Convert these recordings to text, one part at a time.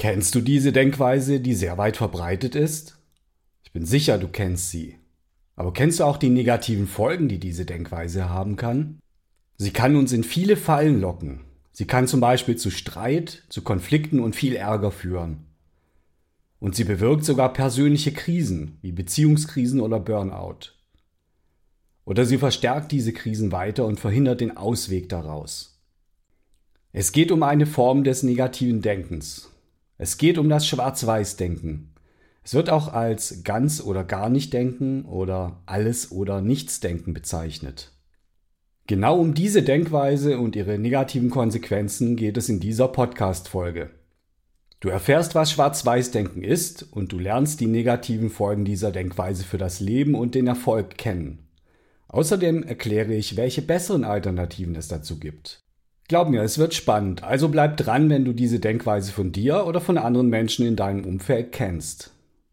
Kennst du diese Denkweise, die sehr weit verbreitet ist? Ich bin sicher, du kennst sie. Aber kennst du auch die negativen Folgen, die diese Denkweise haben kann? Sie kann uns in viele Fallen locken. Sie kann zum Beispiel zu Streit, zu Konflikten und viel Ärger führen. Und sie bewirkt sogar persönliche Krisen, wie Beziehungskrisen oder Burnout. Oder sie verstärkt diese Krisen weiter und verhindert den Ausweg daraus. Es geht um eine Form des negativen Denkens. Es geht um das Schwarz-Weiß-Denken. Es wird auch als ganz oder gar nicht denken oder alles oder nichts denken bezeichnet. Genau um diese Denkweise und ihre negativen Konsequenzen geht es in dieser Podcast-Folge. Du erfährst, was Schwarz-Weiß-Denken ist und du lernst die negativen Folgen dieser Denkweise für das Leben und den Erfolg kennen. Außerdem erkläre ich, welche besseren Alternativen es dazu gibt. Glaub mir, es wird spannend, also bleib dran, wenn du diese Denkweise von dir oder von anderen Menschen in deinem Umfeld kennst.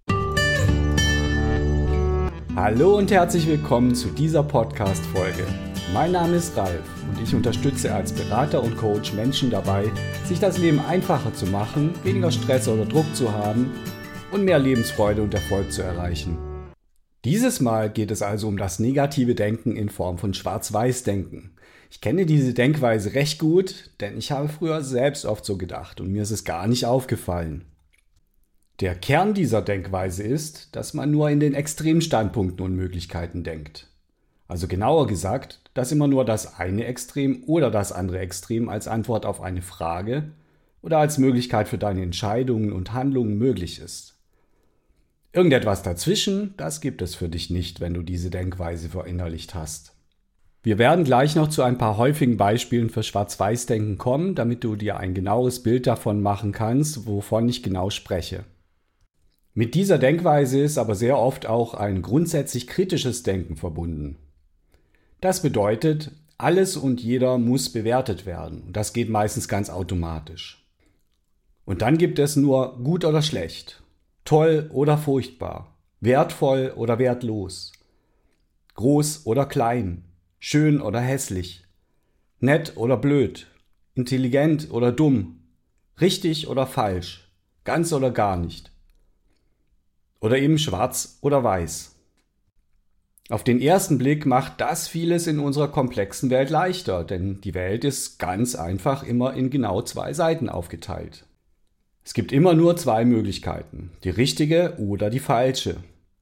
Hallo und herzlich willkommen zu dieser Podcast-Folge. Mein Name ist Ralf und ich unterstütze als Berater und Coach Menschen dabei, sich das Leben einfacher zu machen, weniger Stress oder Druck zu haben und mehr Lebensfreude und Erfolg zu erreichen. Dieses Mal geht es also um das negative Denken in Form von Schwarz-Weiß-Denken. Ich kenne diese Denkweise recht gut, denn ich habe früher selbst oft so gedacht und mir ist es gar nicht aufgefallen. Der Kern dieser Denkweise ist, dass man nur in den Extremstandpunkten und Möglichkeiten denkt. Also genauer gesagt, dass immer nur das eine Extrem oder das andere Extrem als Antwort auf eine Frage oder als Möglichkeit für deine Entscheidungen und Handlungen möglich ist. Irgendetwas dazwischen, das gibt es für dich nicht, wenn du diese Denkweise verinnerlicht hast. Wir werden gleich noch zu ein paar häufigen Beispielen für Schwarz-Weiß-Denken kommen, damit du dir ein genaues Bild davon machen kannst, wovon ich genau spreche. Mit dieser Denkweise ist aber sehr oft auch ein grundsätzlich kritisches Denken verbunden. Das bedeutet, alles und jeder muss bewertet werden. Und das geht meistens ganz automatisch. Und dann gibt es nur gut oder schlecht, toll oder furchtbar, wertvoll oder wertlos, groß oder klein, schön oder hässlich, nett oder blöd, intelligent oder dumm, richtig oder falsch, ganz oder gar nicht. Oder eben schwarz oder weiß. Auf den ersten Blick macht das vieles in unserer komplexen Welt leichter, denn die Welt ist ganz einfach immer in genau zwei Seiten aufgeteilt. Es gibt immer nur zwei Möglichkeiten, die richtige oder die falsche.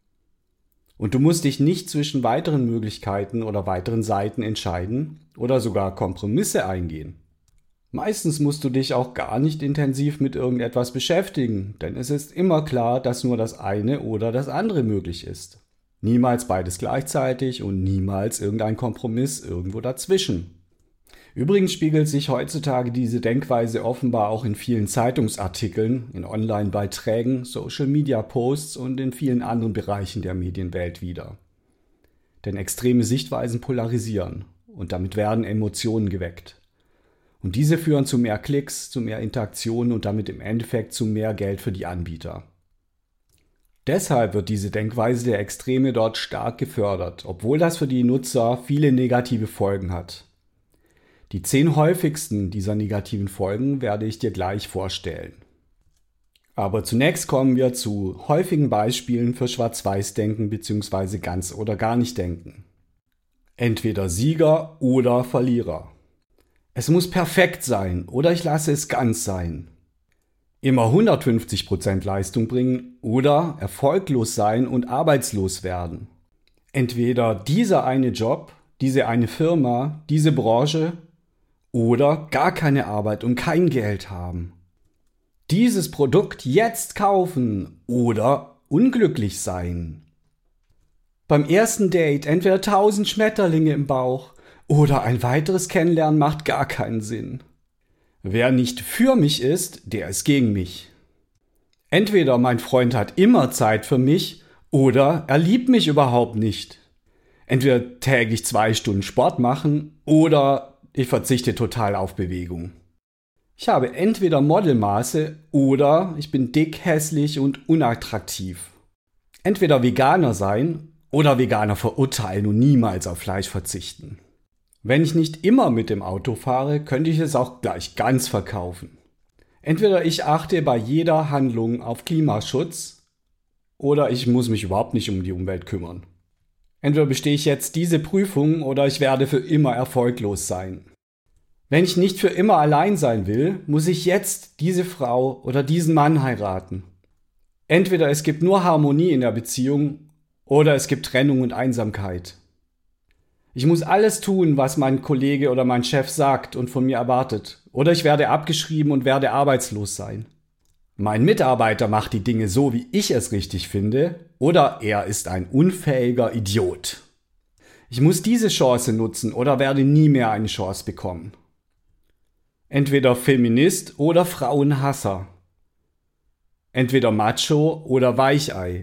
Und du musst dich nicht zwischen weiteren Möglichkeiten oder weiteren Seiten entscheiden oder sogar Kompromisse eingehen. Meistens musst du dich auch gar nicht intensiv mit irgendetwas beschäftigen, denn es ist immer klar, dass nur das eine oder das andere möglich ist. Niemals beides gleichzeitig und niemals irgendein Kompromiss irgendwo dazwischen. Übrigens spiegelt sich heutzutage diese Denkweise offenbar auch in vielen Zeitungsartikeln, in Online-Beiträgen, Social-Media-Posts und in vielen anderen Bereichen der Medienwelt wider. Denn extreme Sichtweisen polarisieren und damit werden Emotionen geweckt. Und diese führen zu mehr Klicks, zu mehr Interaktionen und damit im Endeffekt zu mehr Geld für die Anbieter. Deshalb wird diese Denkweise der Extreme dort stark gefördert, obwohl das für die Nutzer viele negative Folgen hat. Die 10 häufigsten dieser negativen Folgen werde ich dir gleich vorstellen. Aber zunächst kommen wir zu häufigen Beispielen für Schwarz-Weiß-Denken bzw. ganz oder gar nicht denken. Entweder Sieger oder Verlierer. Es muss perfekt sein oder ich lasse es ganz sein. Immer 150% Leistung bringen oder erfolglos sein und arbeitslos werden. Entweder dieser eine Job, diese eine Firma, diese Branche oder gar keine Arbeit und kein Geld haben. Dieses Produkt jetzt kaufen oder unglücklich sein. Beim ersten Date entweder 1000 Schmetterlinge im Bauch oder ein weiteres Kennenlernen macht gar keinen Sinn. Wer nicht für mich ist, der ist gegen mich. Entweder mein Freund hat immer Zeit für mich oder er liebt mich überhaupt nicht. Entweder täglich 2 Stunden Sport machen oder ich verzichte total auf Bewegung. Ich habe entweder Modelmaße oder ich bin dick, hässlich und unattraktiv. Entweder Veganer sein oder Veganer verurteilen und niemals auf Fleisch verzichten. Wenn ich nicht immer mit dem Auto fahre, könnte ich es auch gleich ganz verkaufen. Entweder ich achte bei jeder Handlung auf Klimaschutz oder ich muss mich überhaupt nicht um die Umwelt kümmern. Entweder bestehe ich jetzt diese Prüfung oder ich werde für immer erfolglos sein. Wenn ich nicht für immer allein sein will, muss ich jetzt diese Frau oder diesen Mann heiraten. Entweder es gibt nur Harmonie in der Beziehung oder es gibt Trennung und Einsamkeit. Ich muss alles tun, was mein Kollege oder mein Chef sagt und von mir erwartet, oder ich werde abgeschrieben und werde arbeitslos sein. Mein Mitarbeiter macht die Dinge so, wie ich es richtig finde, oder er ist ein unfähiger Idiot. Ich muss diese Chance nutzen oder werde nie mehr eine Chance bekommen. Entweder Feminist oder Frauenhasser. Entweder Macho oder Weichei.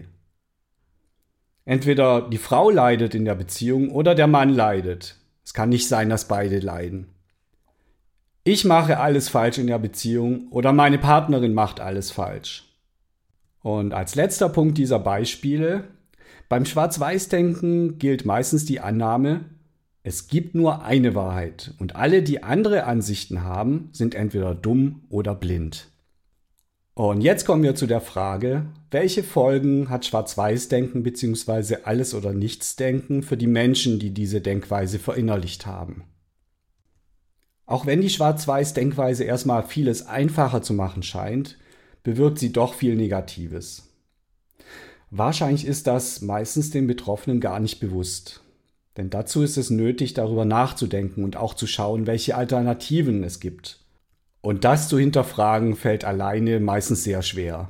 Entweder die Frau leidet in der Beziehung oder der Mann leidet. Es kann nicht sein, dass beide leiden. Ich mache alles falsch in der Beziehung oder meine Partnerin macht alles falsch. Und als letzter Punkt dieser Beispiele, beim Schwarz-Weiß-Denken gilt meistens die Annahme, es gibt nur eine Wahrheit und alle, die andere Ansichten haben, sind entweder dumm oder blind. Und jetzt kommen wir zu der Frage, welche Folgen hat Schwarz-Weiß-Denken bzw. Alles- oder Nichts-Denken für die Menschen, die diese Denkweise verinnerlicht haben? Auch wenn die Schwarz-Weiß-Denkweise erstmal vieles einfacher zu machen scheint, bewirkt sie doch viel Negatives. Wahrscheinlich ist das meistens den Betroffenen gar nicht bewusst. Denn dazu ist es nötig, darüber nachzudenken und auch zu schauen, welche Alternativen es gibt. Und das zu hinterfragen, fällt alleine meistens sehr schwer.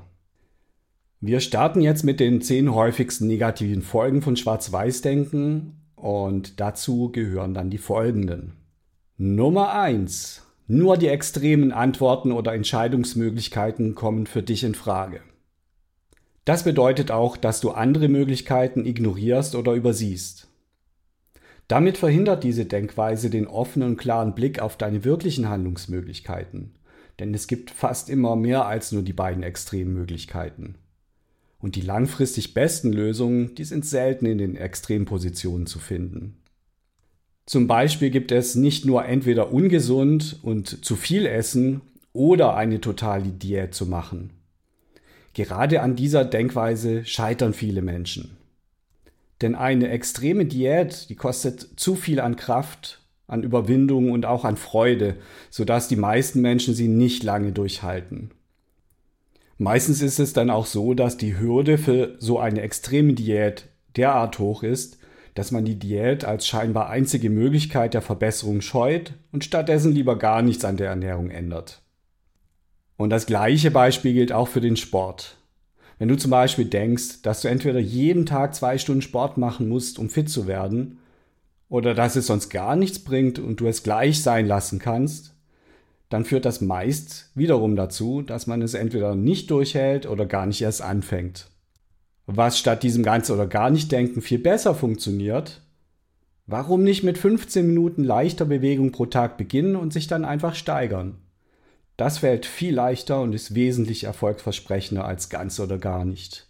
Wir starten jetzt mit den 10 häufigsten negativen Folgen von Schwarz-Weiß-Denken und dazu gehören dann die folgenden. Nummer 1. Nur die extremen Antworten oder Entscheidungsmöglichkeiten kommen für dich in Frage. Das bedeutet auch, dass du andere Möglichkeiten ignorierst oder übersiehst. Damit verhindert diese Denkweise den offenen und klaren Blick auf deine wirklichen Handlungsmöglichkeiten, denn es gibt fast immer mehr als nur die beiden Extremmöglichkeiten. Und die langfristig besten Lösungen, die sind selten in den Extrempositionen zu finden. Zum Beispiel gibt es nicht nur entweder ungesund und zu viel essen oder eine totale Diät zu machen. Gerade an dieser Denkweise scheitern viele Menschen. Denn eine extreme Diät, die kostet zu viel an Kraft, an Überwindung und auch an Freude, sodass die meisten Menschen sie nicht lange durchhalten. Meistens ist es dann auch so, dass die Hürde für so eine extreme Diät derart hoch ist, dass man die Diät als scheinbar einzige Möglichkeit der Verbesserung scheut und stattdessen lieber gar nichts an der Ernährung ändert. Und das gleiche Beispiel gilt auch für den Sport. Wenn du zum Beispiel denkst, dass du entweder jeden Tag 2 Stunden Sport machen musst, um fit zu werden, oder dass es sonst gar nichts bringt und du es gleich sein lassen kannst, dann führt das meist wiederum dazu, dass man es entweder nicht durchhält oder gar nicht erst anfängt. Was statt diesem Ganze oder gar nicht Denken viel besser funktioniert, warum nicht mit 15 Minuten leichter Bewegung pro Tag beginnen und sich dann einfach steigern? Das fällt viel leichter und ist wesentlich erfolgsversprechender als ganz oder gar nicht.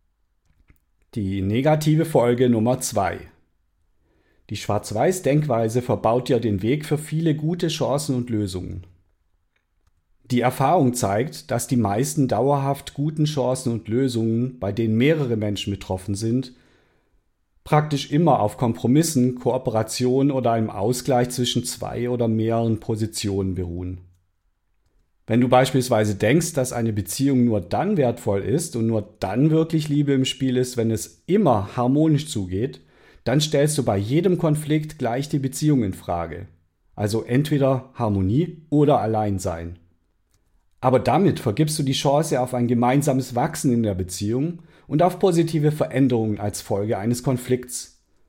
Die negative Folge Nummer 2. Die Schwarz-Weiß-Denkweise verbaut dir den Weg für viele gute Chancen und Lösungen. Die Erfahrung zeigt, dass die meisten dauerhaft guten Chancen und Lösungen, bei denen mehrere Menschen betroffen sind, praktisch immer auf Kompromissen, Kooperation oder einem Ausgleich zwischen 2 oder mehreren Positionen beruhen. Wenn du beispielsweise denkst, dass eine Beziehung nur dann wertvoll ist und nur dann wirklich Liebe im Spiel ist, wenn es immer harmonisch zugeht, dann stellst du bei jedem Konflikt gleich die Beziehung in Frage. Also entweder Harmonie oder Alleinsein. Aber damit vergibst du die Chance auf ein gemeinsames Wachsen in der Beziehung und auf positive Veränderungen als Folge eines Konflikts.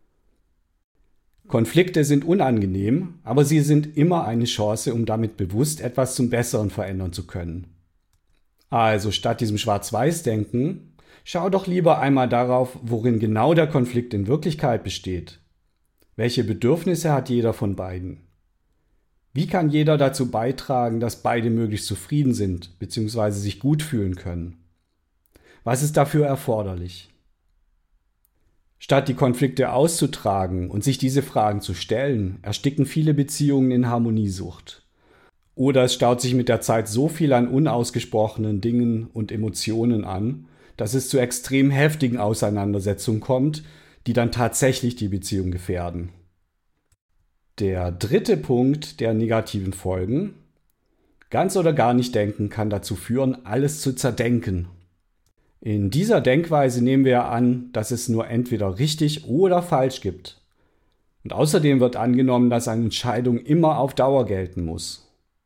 Konflikte sind unangenehm, aber sie sind immer eine Chance, um damit bewusst etwas zum Besseren verändern zu können. Also statt diesem Schwarz-Weiß-Denken, schau doch lieber einmal darauf, worin genau der Konflikt in Wirklichkeit besteht. Welche Bedürfnisse hat jeder von beiden? Wie kann jeder dazu beitragen, dass beide möglichst zufrieden sind bzw. sich gut fühlen können? Was ist dafür erforderlich? Statt die Konflikte auszutragen und sich diese Fragen zu stellen, ersticken viele Beziehungen in Harmoniesucht. Oder es staut sich mit der Zeit so viel an unausgesprochenen Dingen und Emotionen an, dass es zu extrem heftigen Auseinandersetzungen kommt, die dann tatsächlich die Beziehung gefährden. Der dritte Punkt der negativen Folgen: Ganz oder gar nicht denken kann dazu führen, alles zu zerdenken. In dieser Denkweise nehmen wir an, dass es nur entweder richtig oder falsch gibt. Und außerdem wird angenommen, dass eine Entscheidung immer auf Dauer gelten muss.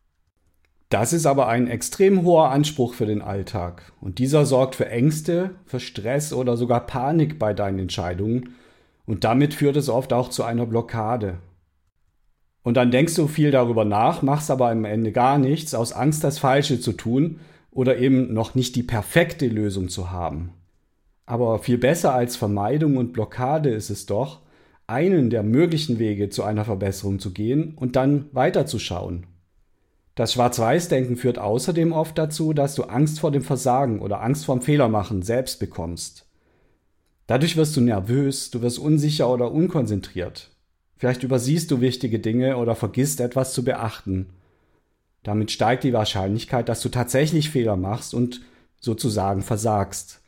Das ist aber ein extrem hoher Anspruch für den Alltag. Und dieser sorgt für Ängste, für Stress oder sogar Panik bei deinen Entscheidungen. Und damit führt es oft auch zu einer Blockade. Und dann denkst du viel darüber nach, machst aber am Ende gar nichts, aus Angst, das Falsche zu tun oder eben noch nicht die perfekte Lösung zu haben. Aber viel besser als Vermeidung und Blockade ist es doch, einen der möglichen Wege zu einer Verbesserung zu gehen und dann weiterzuschauen. Das Schwarz-Weiß-Denken führt außerdem oft dazu, dass du Angst vor dem Versagen oder Angst vorm Fehlermachen selbst bekommst. Dadurch wirst du nervös, du wirst unsicher oder unkonzentriert. Vielleicht übersiehst du wichtige Dinge oder vergisst etwas zu beachten. Damit steigt die Wahrscheinlichkeit, dass du tatsächlich Fehler machst und sozusagen versagst.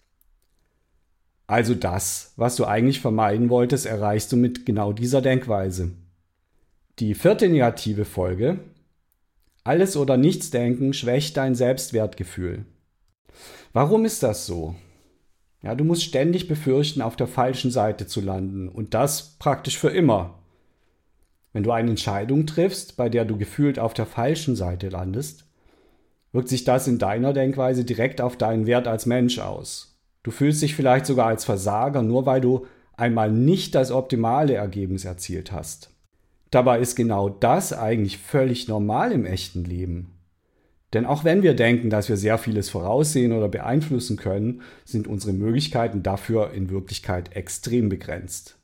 Also das, was du eigentlich vermeiden wolltest, erreichst du mit genau dieser Denkweise. Die vierte negative Folge: Alles oder nichts denken schwächt dein Selbstwertgefühl. Warum ist das so? Ja, du musst ständig befürchten, auf der falschen Seite zu landen und das praktisch für immer. Wenn du eine Entscheidung triffst, bei der du gefühlt auf der falschen Seite landest, wirkt sich das in deiner Denkweise direkt auf deinen Wert als Mensch aus. Du fühlst dich vielleicht sogar als Versager, nur weil du einmal nicht das optimale Ergebnis erzielt hast. Dabei ist genau das eigentlich völlig normal im echten Leben. Denn auch wenn wir denken, dass wir sehr vieles voraussehen oder beeinflussen können, sind unsere Möglichkeiten dafür in Wirklichkeit extrem begrenzt.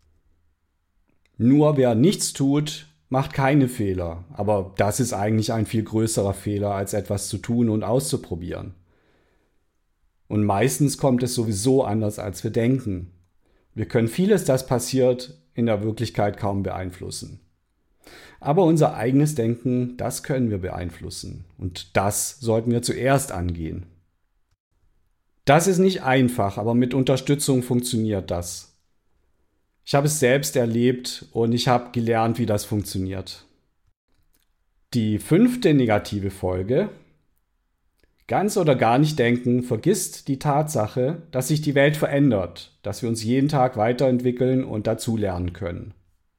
Nur wer nichts tut, macht keine Fehler. Aber das ist eigentlich ein viel größerer Fehler, als etwas zu tun und auszuprobieren. Und meistens kommt es sowieso anders, als wir denken. Wir können vieles, das passiert, in der Wirklichkeit kaum beeinflussen. Aber unser eigenes Denken, das können wir beeinflussen. Und das sollten wir zuerst angehen. Das ist nicht einfach, aber mit Unterstützung funktioniert das. Ich habe es selbst erlebt und ich habe gelernt, wie das funktioniert. Die fünfte negative Folge: Ganz oder gar nicht denken vergisst die Tatsache, dass sich die Welt verändert, dass wir uns jeden Tag weiterentwickeln und dazulernen können.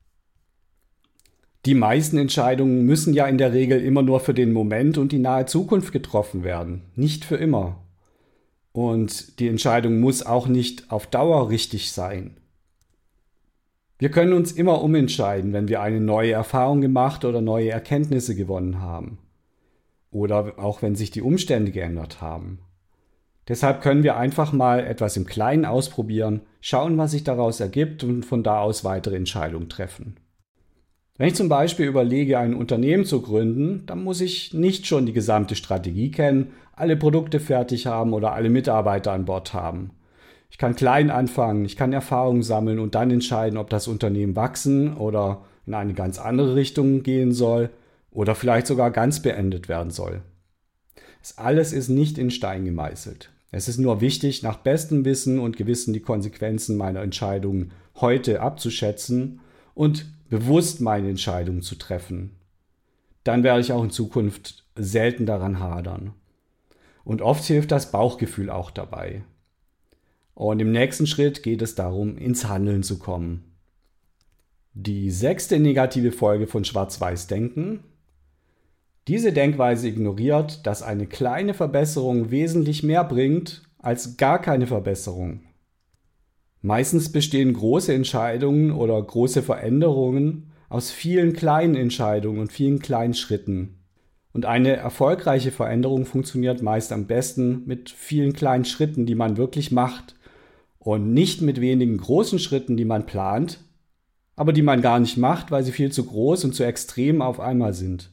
Die meisten Entscheidungen müssen ja in der Regel immer nur für den Moment und die nahe Zukunft getroffen werden, nicht für immer. Und die Entscheidung muss auch nicht auf Dauer richtig sein. Wir können uns immer umentscheiden, wenn wir eine neue Erfahrung gemacht oder neue Erkenntnisse gewonnen haben. Oder auch wenn sich die Umstände geändert haben. Deshalb können wir einfach mal etwas im Kleinen ausprobieren, schauen, was sich daraus ergibt und von da aus weitere Entscheidungen treffen. Wenn ich zum Beispiel überlege, ein Unternehmen zu gründen, dann muss ich nicht schon die gesamte Strategie kennen, alle Produkte fertig haben oder alle Mitarbeiter an Bord haben. Ich kann klein anfangen, ich kann Erfahrungen sammeln und dann entscheiden, ob das Unternehmen wachsen oder in eine ganz andere Richtung gehen soll oder vielleicht sogar ganz beendet werden soll. Das alles ist nicht in Stein gemeißelt. Es ist nur wichtig, nach bestem Wissen und Gewissen die Konsequenzen meiner Entscheidungen heute abzuschätzen und bewusst meine Entscheidungen zu treffen. Dann werde ich auch in Zukunft selten daran hadern. Und oft hilft das Bauchgefühl auch dabei. Und im nächsten Schritt geht es darum, ins Handeln zu kommen. Die sechste negative Folge von Schwarz-Weiß-Denken: Diese Denkweise ignoriert, dass eine kleine Verbesserung wesentlich mehr bringt als gar keine Verbesserung. Meistens bestehen große Entscheidungen oder große Veränderungen aus vielen kleinen Entscheidungen und vielen kleinen Schritten. Und eine erfolgreiche Veränderung funktioniert meist am besten mit vielen kleinen Schritten, die man wirklich macht und nicht mit wenigen großen Schritten, die man plant, aber die man gar nicht macht, weil sie viel zu groß und zu extrem auf einmal sind.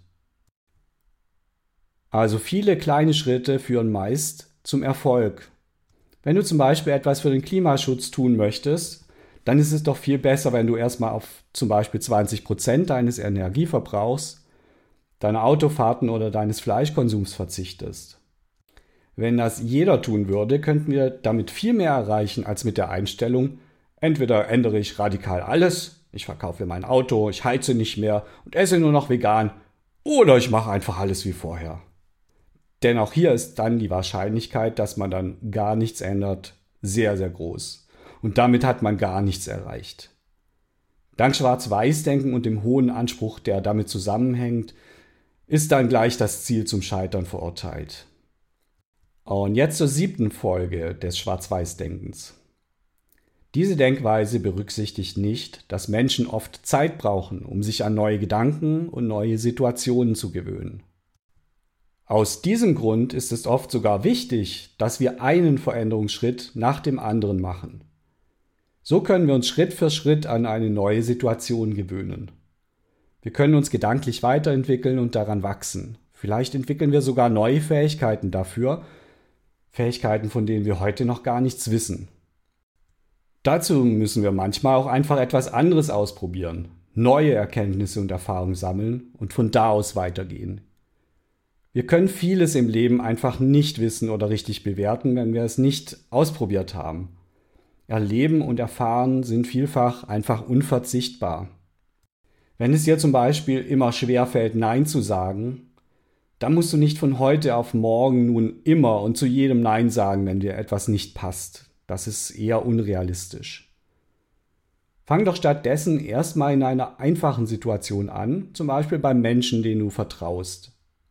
Also viele kleine Schritte führen meist zum Erfolg. Wenn du zum Beispiel etwas für den Klimaschutz tun möchtest, dann ist es doch viel besser, wenn du erstmal auf zum Beispiel 20% deines Energieverbrauchs deiner Autofahrten oder deines Fleischkonsums verzichtest. Wenn das jeder tun würde, könnten wir damit viel mehr erreichen als mit der Einstellung, entweder ändere ich radikal alles, ich verkaufe mein Auto, ich heize nicht mehr und esse nur noch vegan, oder ich mache einfach alles wie vorher. Denn auch hier ist dann die Wahrscheinlichkeit, dass man dann gar nichts ändert, sehr, sehr groß. Und damit hat man gar nichts erreicht. Dank Schwarz-Weiß-Denken und dem hohen Anspruch, der damit zusammenhängt, ist dann gleich das Ziel zum Scheitern verurteilt. Und jetzt zur 7. Folge des Schwarz-Weiß-Denkens. Diese Denkweise berücksichtigt nicht, dass Menschen oft Zeit brauchen, um sich an neue Gedanken und neue Situationen zu gewöhnen. Aus diesem Grund ist es oft sogar wichtig, dass wir einen Veränderungsschritt nach dem anderen machen. So können wir uns Schritt für Schritt an eine neue Situation gewöhnen. Wir können uns gedanklich weiterentwickeln und daran wachsen. Vielleicht entwickeln wir sogar neue Fähigkeiten dafür, Fähigkeiten, von denen wir heute noch gar nichts wissen. Dazu müssen wir manchmal auch einfach etwas anderes ausprobieren, neue Erkenntnisse und Erfahrungen sammeln und von da aus weitergehen. Wir können vieles im Leben einfach nicht wissen oder richtig bewerten, wenn wir es nicht ausprobiert haben. Erleben und Erfahren sind vielfach einfach unverzichtbar. Wenn es dir zum Beispiel immer schwerfällt, Nein zu sagen, dann musst du nicht von heute auf morgen nun immer und zu jedem Nein sagen, wenn dir etwas nicht passt. Das ist eher unrealistisch. Fang doch stattdessen erstmal in einer einfachen Situation an, zum Beispiel bei Menschen, denen du vertraust.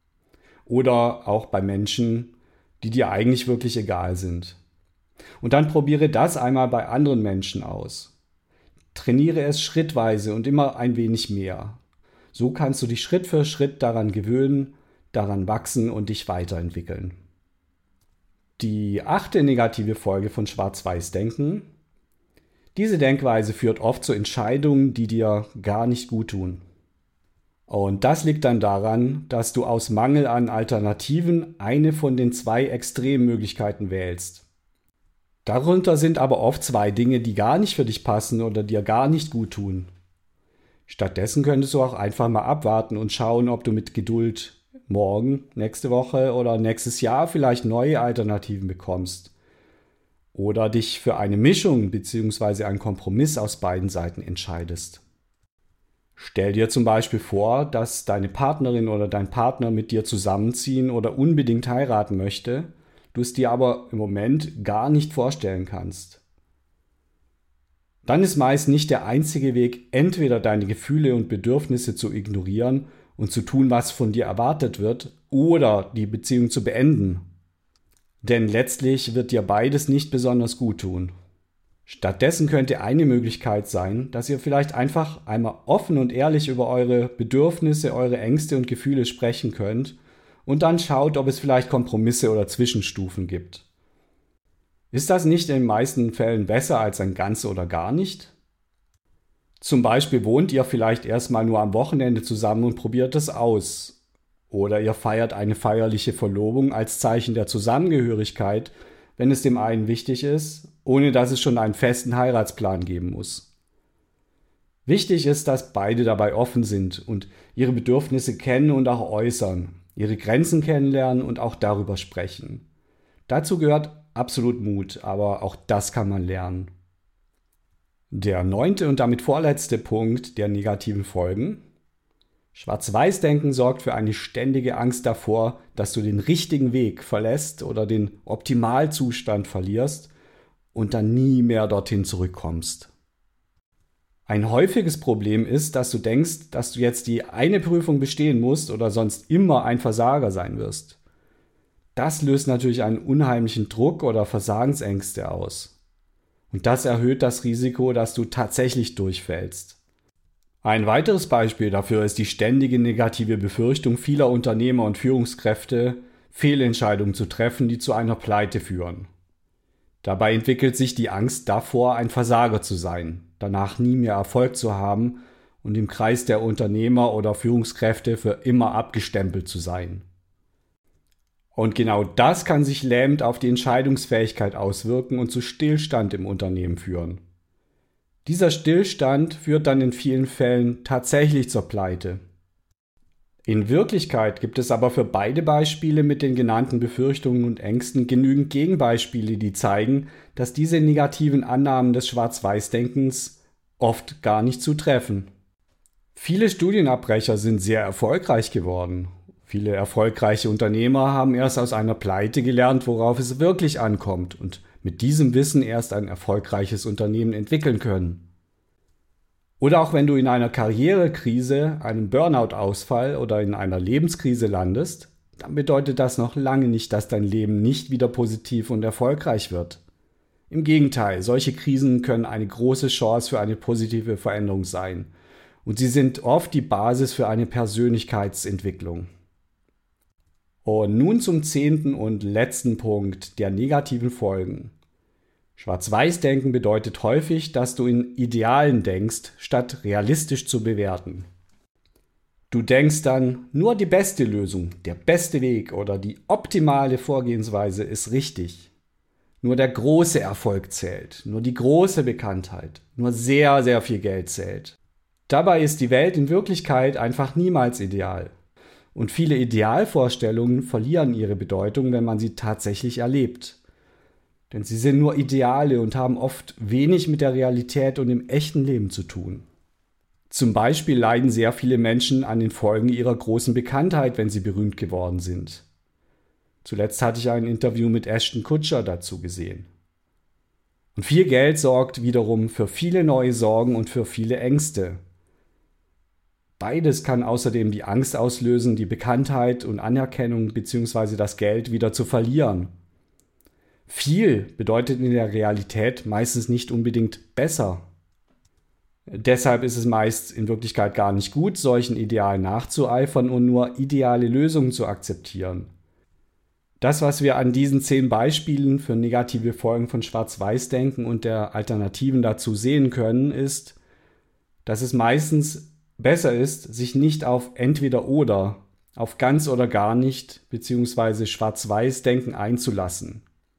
Oder auch bei Menschen, die dir eigentlich wirklich egal sind. Und dann probiere das einmal bei anderen Menschen aus. Trainiere es schrittweise und immer ein wenig mehr. So kannst du dich Schritt für Schritt daran gewöhnen, daran wachsen und dich weiterentwickeln. Die 8. negative Folge von Schwarz-Weiß-Denken. Diese Denkweise führt oft zu Entscheidungen, die dir gar nicht gut tun. Und das liegt dann daran, dass du aus Mangel an Alternativen eine von den 2 Extremmöglichkeiten wählst. Darunter sind aber oft 2 Dinge, die gar nicht für dich passen oder dir gar nicht gut tun. Stattdessen könntest du auch einfach mal abwarten und schauen, ob du mit Geduld morgen, nächste Woche oder nächstes Jahr vielleicht neue Alternativen bekommst. Oder dich für eine Mischung bzw. einen Kompromiss aus beiden Seiten entscheidest. Stell dir zum Beispiel vor, dass deine Partnerin oder dein Partner mit dir zusammenziehen oder unbedingt heiraten möchte, du es dir aber im Moment gar nicht vorstellen kannst. Dann ist meist nicht der einzige Weg, entweder deine Gefühle und Bedürfnisse zu ignorieren und zu tun, was von dir erwartet wird, oder die Beziehung zu beenden. Denn letztlich wird dir beides nicht besonders gut tun. Stattdessen könnte eine Möglichkeit sein, dass ihr vielleicht einfach einmal offen und ehrlich über eure Bedürfnisse, eure Ängste und Gefühle sprechen könnt und dann schaut, ob es vielleicht Kompromisse oder Zwischenstufen gibt. Ist das nicht in den meisten Fällen besser als ein ganz oder gar nicht? Zum Beispiel wohnt ihr vielleicht erstmal nur am Wochenende zusammen und probiert es aus. Oder ihr feiert eine feierliche Verlobung als Zeichen der Zusammengehörigkeit, wenn es dem einen wichtig ist, ohne dass es schon einen festen Heiratsplan geben muss. Wichtig ist, dass beide dabei offen sind und ihre Bedürfnisse kennen und auch äußern, ihre Grenzen kennenlernen und auch darüber sprechen. Dazu gehört absolut Mut, aber auch das kann man lernen. Der 9. und damit vorletzte Punkt der negativen Folgen. Schwarz-Weiß-Denken sorgt für eine ständige Angst davor, dass du den richtigen Weg verlässt oder den Optimalzustand verlierst und dann nie mehr dorthin zurückkommst. Ein häufiges Problem ist, dass du denkst, dass du jetzt die eine Prüfung bestehen musst oder sonst immer ein Versager sein wirst. Das löst natürlich einen unheimlichen Druck oder Versagensängste aus. Und das erhöht das Risiko, dass du tatsächlich durchfällst. Ein weiteres Beispiel dafür ist die ständige negative Befürchtung vieler Unternehmer und Führungskräfte, Fehlentscheidungen zu treffen, die zu einer Pleite führen. Dabei entwickelt sich die Angst davor, ein Versager zu sein, danach nie mehr Erfolg zu haben und im Kreis der Unternehmer oder Führungskräfte für immer abgestempelt zu sein. Und genau das kann sich lähmend auf die Entscheidungsfähigkeit auswirken und zu Stillstand im Unternehmen führen. Dieser Stillstand führt dann in vielen Fällen tatsächlich zur Pleite. In Wirklichkeit gibt es aber für beide Beispiele mit den genannten Befürchtungen und Ängsten genügend Gegenbeispiele, die zeigen, dass diese negativen Annahmen des Schwarz-Weiß-Denkens oft gar nicht zutreffen. Viele Studienabbrecher sind sehr erfolgreich geworden. Viele erfolgreiche Unternehmer haben erst aus einer Pleite gelernt, worauf es wirklich ankommt und mit diesem Wissen erst ein erfolgreiches Unternehmen entwickeln können. Oder auch wenn du in einer Karrierekrise, einem Burnout-Ausfall oder in einer Lebenskrise landest, dann bedeutet das noch lange nicht, dass dein Leben nicht wieder positiv und erfolgreich wird. Im Gegenteil, solche Krisen können eine große Chance für eine positive Veränderung sein. Und sie sind oft die Basis für eine Persönlichkeitsentwicklung. Und nun zum 10. und letzten Punkt der negativen Folgen. Schwarz-Weiß-Denken bedeutet häufig, dass du in Idealen denkst, statt realistisch zu bewerten. Du denkst dann, nur die beste Lösung, der beste Weg oder die optimale Vorgehensweise ist richtig. Nur der große Erfolg zählt, nur die große Bekanntheit, nur sehr, sehr viel Geld zählt. Dabei ist die Welt in Wirklichkeit einfach niemals ideal. Und viele Idealvorstellungen verlieren ihre Bedeutung, wenn man sie tatsächlich erlebt. Denn sie sind nur Ideale und haben oft wenig mit der Realität und dem echten Leben zu tun. Zum Beispiel leiden sehr viele Menschen an den Folgen ihrer großen Bekanntheit, wenn sie berühmt geworden sind. Zuletzt hatte ich ein Interview mit Ashton Kutcher dazu gesehen. Und viel Geld sorgt wiederum für viele neue Sorgen und für viele Ängste. Beides kann außerdem die Angst auslösen, die Bekanntheit und Anerkennung bzw. das Geld wieder zu verlieren. Viel bedeutet in der Realität meistens nicht unbedingt besser. Deshalb ist es meist in Wirklichkeit gar nicht gut, solchen Idealen nachzueifern und nur ideale Lösungen zu akzeptieren. Das, was wir an diesen 10 Beispielen für negative Folgen von Schwarz-Weiß-Denken und der Alternativen dazu sehen können, ist, dass es meistens besser ist, sich nicht auf entweder oder, auf ganz oder gar nicht bzw. Schwarz-Weiß-Denken einzulassen.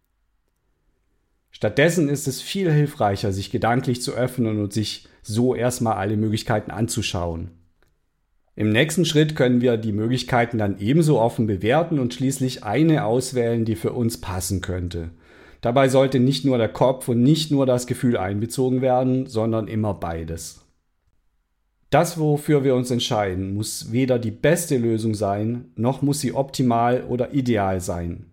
Stattdessen ist es viel hilfreicher, sich gedanklich zu öffnen und sich so erstmal alle Möglichkeiten anzuschauen. Im nächsten Schritt können wir die Möglichkeiten dann ebenso offen bewerten und schließlich eine auswählen, die für uns passen könnte. Dabei sollte nicht nur der Kopf und nicht nur das Gefühl einbezogen werden, sondern immer beides. Das, wofür wir uns entscheiden, muss weder die beste Lösung sein, noch muss sie optimal oder ideal sein.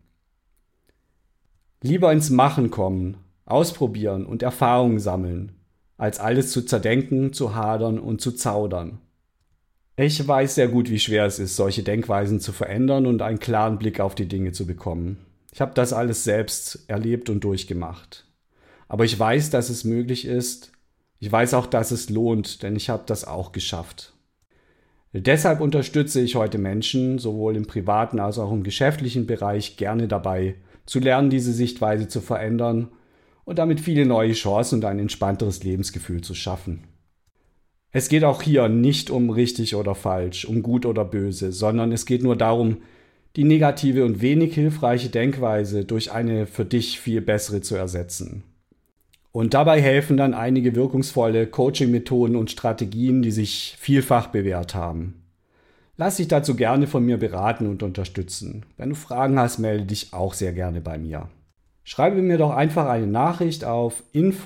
Lieber ins Machen kommen, ausprobieren und Erfahrungen sammeln, als alles zu zerdenken, zu hadern und zu zaudern. Ich weiß sehr gut, wie schwer es ist, solche Denkweisen zu verändern und einen klaren Blick auf die Dinge zu bekommen. Ich habe das alles selbst erlebt und durchgemacht. Aber ich weiß, dass es möglich ist. Ich weiß auch, dass es lohnt, denn ich habe das auch geschafft. Deshalb unterstütze ich heute Menschen, sowohl im privaten als auch im geschäftlichen Bereich, gerne dabei, zu lernen, diese Sichtweise zu verändern und damit viele neue Chancen und ein entspannteres Lebensgefühl zu schaffen. Es geht auch hier nicht um richtig oder falsch, um gut oder böse, sondern es geht nur darum, die negative und wenig hilfreiche Denkweise durch eine für dich viel bessere zu ersetzen. Und dabei helfen dann einige wirkungsvolle Coaching-Methoden und Strategien, die sich vielfach bewährt haben. Lass dich dazu gerne von mir beraten und unterstützen. Wenn du Fragen hast, melde dich auch sehr gerne bei mir. Schreibe mir doch einfach eine Nachricht auf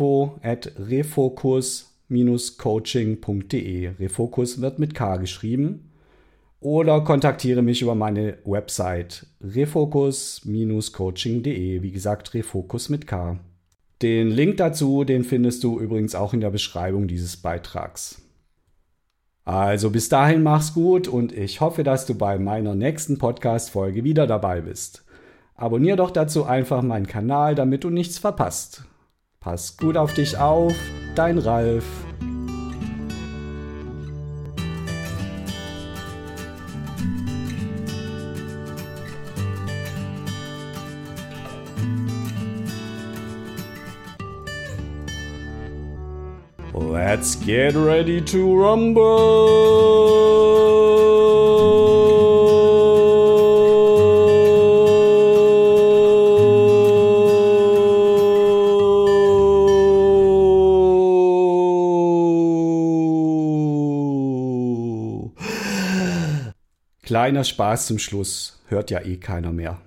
info@refocus-coaching.de. Refocus wird mit K geschrieben. Oder kontaktiere mich über meine Website refocus-coaching.de. Wie gesagt, Refocus mit K. Den Link dazu, den findest du übrigens auch in der Beschreibung dieses Beitrags. Also bis dahin mach's gut und ich hoffe, dass du bei meiner nächsten Podcast-Folge wieder dabei bist. Abonnier doch dazu einfach meinen Kanal, damit du nichts verpasst. Pass gut auf dich auf, dein Ralf. Let's get ready to rumble! Kleiner Spaß zum Schluss, hört ja eh keiner mehr.